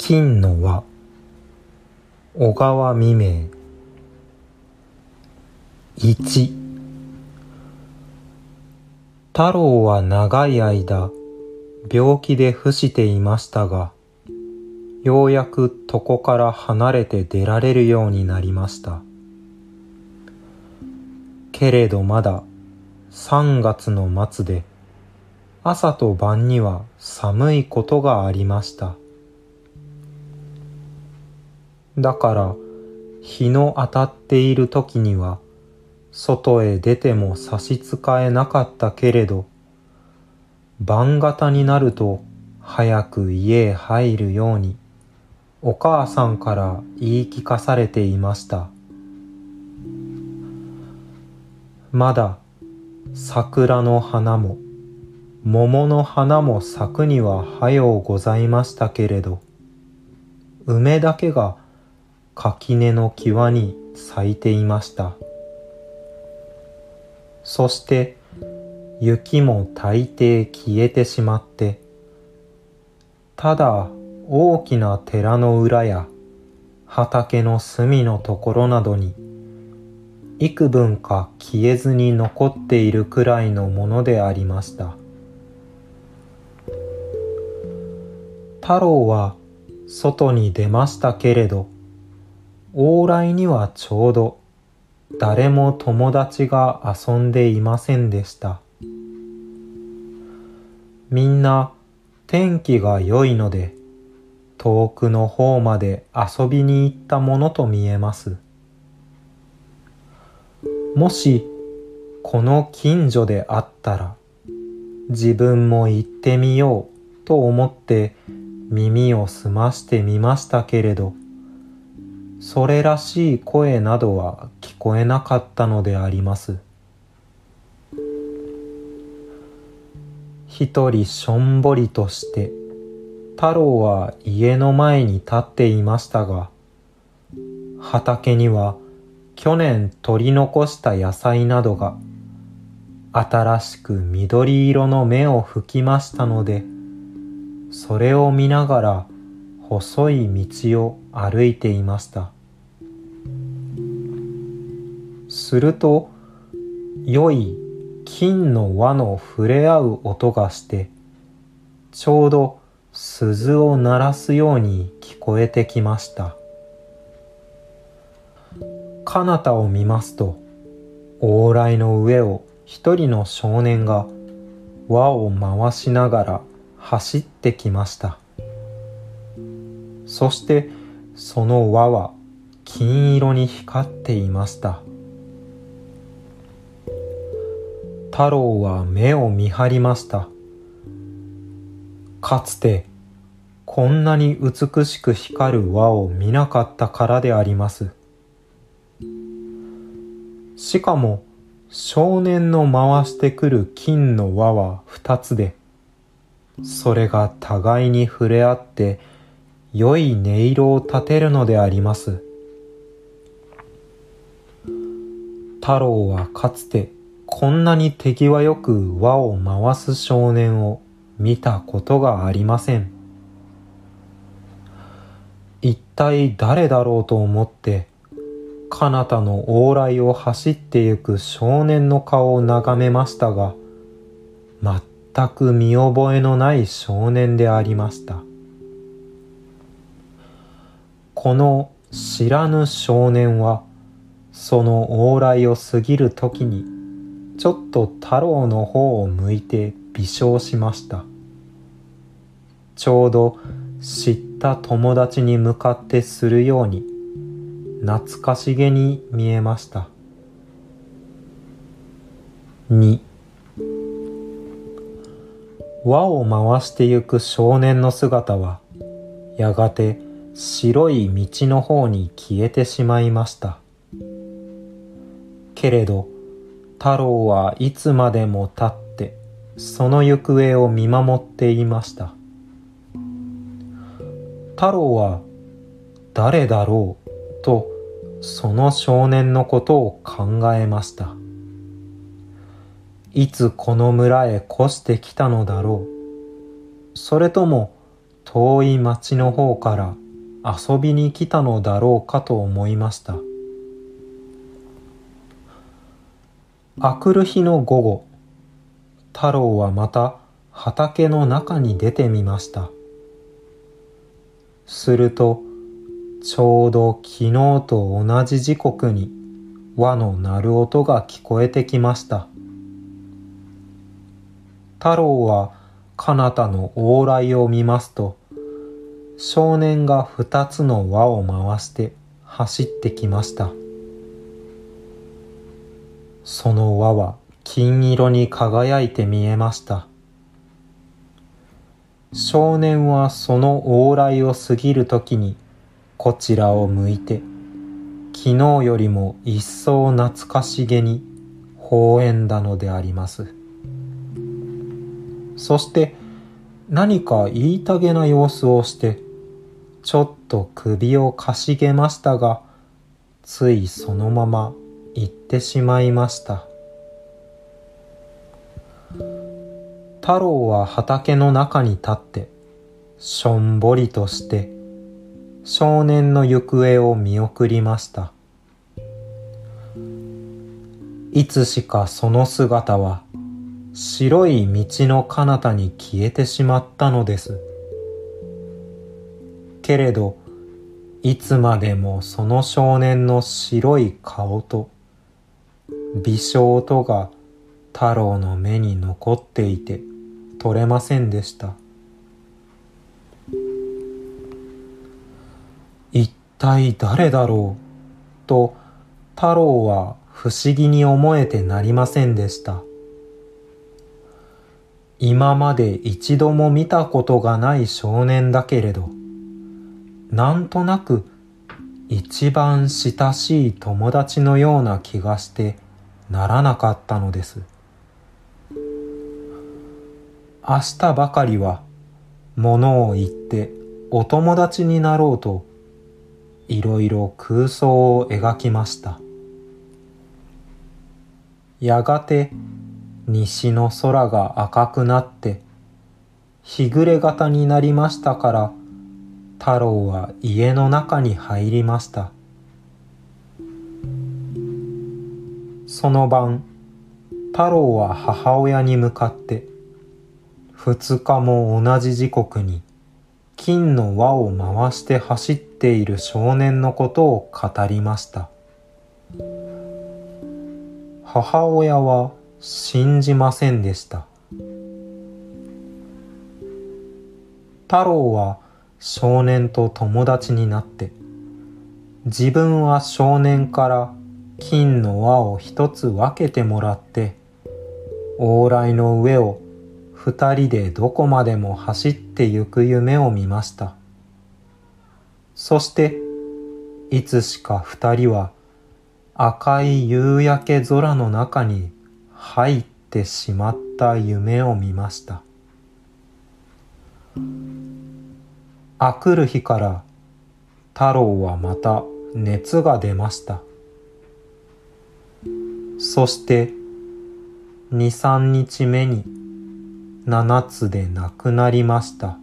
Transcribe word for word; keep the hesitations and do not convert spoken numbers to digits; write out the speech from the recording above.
金の輪、小川未明。いち。太郎は長い間病気で伏していましたが、ようやく床から離れて出られるようになりました。けれどまださんがつの末で、朝と晩には寒いことがありました。だから日の当たっている時には外へ出ても差し支えなかったけれど、晩方になると早く家へ入るようにお母さんから言い聞かされていました。まだ桜の花も桃の花も咲くには早うございましたけれど、梅だけが垣根の際に咲いていました。そして雪も大抵消えてしまって、ただ大きな寺の裏や畑の隅のところなどに幾分か消えずに残っているくらいのものでありました。太郎は外に出ましたけれど、往来にはちょうど誰も友達が遊んでいませんでした。みんな天気が良いので遠くの方まで遊びに行ったものと見えます。もしこの近所であったら自分も行ってみようと思って耳を澄ましてみましたけれど、それらしい声などは聞こえなかったのであります。一人しょんぼりとして太郎は家の前に立っていましたが、畑には去年取り残した野菜などが新しく緑色の芽を吹きましたので、それを見ながら細い道を歩いていました。すると良い金の輪の触れ合う音がして、ちょうど鈴を鳴らすように聞こえてきました。彼方を見ますと、往来の上を一人の少年が輪を回しながら走ってきました。そしてその輪は金色に光っていました。太郎は目を見張りました。かつてこんなに美しく光る輪を見なかったからであります。しかも少年の回してくる金の輪は二つで、それが互いに触れ合って良い音色を立てるのであります。太郎はかつてこんなに手際よく輪を回す少年を見たことがありません。一体誰だろうと思って彼方の往来を走ってゆく少年の顔を眺めましたが、全く見覚えのない少年でありました。この知らぬ少年はその往来を過ぎるときにちょっと太郎の方を向いて微笑しました。ちょうど知った友達に向かってするように懐かしげに見えました。に。輪を回してゆく少年の姿はやがて白い道の方に消えてしまいました。けれど太郎はいつまでも立ってその行方を見守っていました。太郎は誰だろうとその少年のことを考えました。いつこの村へ越してきたのだろう。それとも遠い町の方から遊びに来たのだろうかと思いました。あくる日の午後、太郎はまた畑の中に出てみました。すると、ちょうど昨日と同じ時刻に輪の鳴る音が聞こえてきました。太郎は彼方の往来を見ますと、少年が二つの輪を回して走ってきました。その輪は金色に輝いて見えました。少年はその往来を過ぎるときにこちらを向いて、昨日よりも一層懐かしげに微笑んだのであります。そして何か言いたげな様子をして、ちょっと首をかしげましたが、ついそのまま行ってしまいました。太郎は畑の中に立って、しょんぼりとして少年の行方を見送りました。いつしかその姿は白い道の彼方に消えてしまったのです。けれど、いつまでもその少年の白い顔と微笑とが太郎の目に残っていて取れませんでした。一体誰だろうと太郎は不思議に思えてなりませんでした。今まで一度も見たことがない少年だけれど、なんとなく一番親しい友達のような気がしてならなかったのです。明日ばかりは物を言ってお友達になろうといろいろ空想を描きました。やがて西の空が赤くなって日暮れ型になりましたから、太郎は家の中に入りました。その晩、太郎は母親に向かって二日も同じ時刻に金の輪を回して走っている少年のことを語りました。母親は信じませんでした。太郎は少年と友達になって、自分は少年から金の輪を一つ分けてもらって、往来の上を二人でどこまでも走ってゆく夢を見ました。そして、いつしか二人は赤い夕焼け空の中に入ってしまった夢を見ました。あくる日から太郎はまた熱が出ました。そして二三日目に七つで亡くなりました。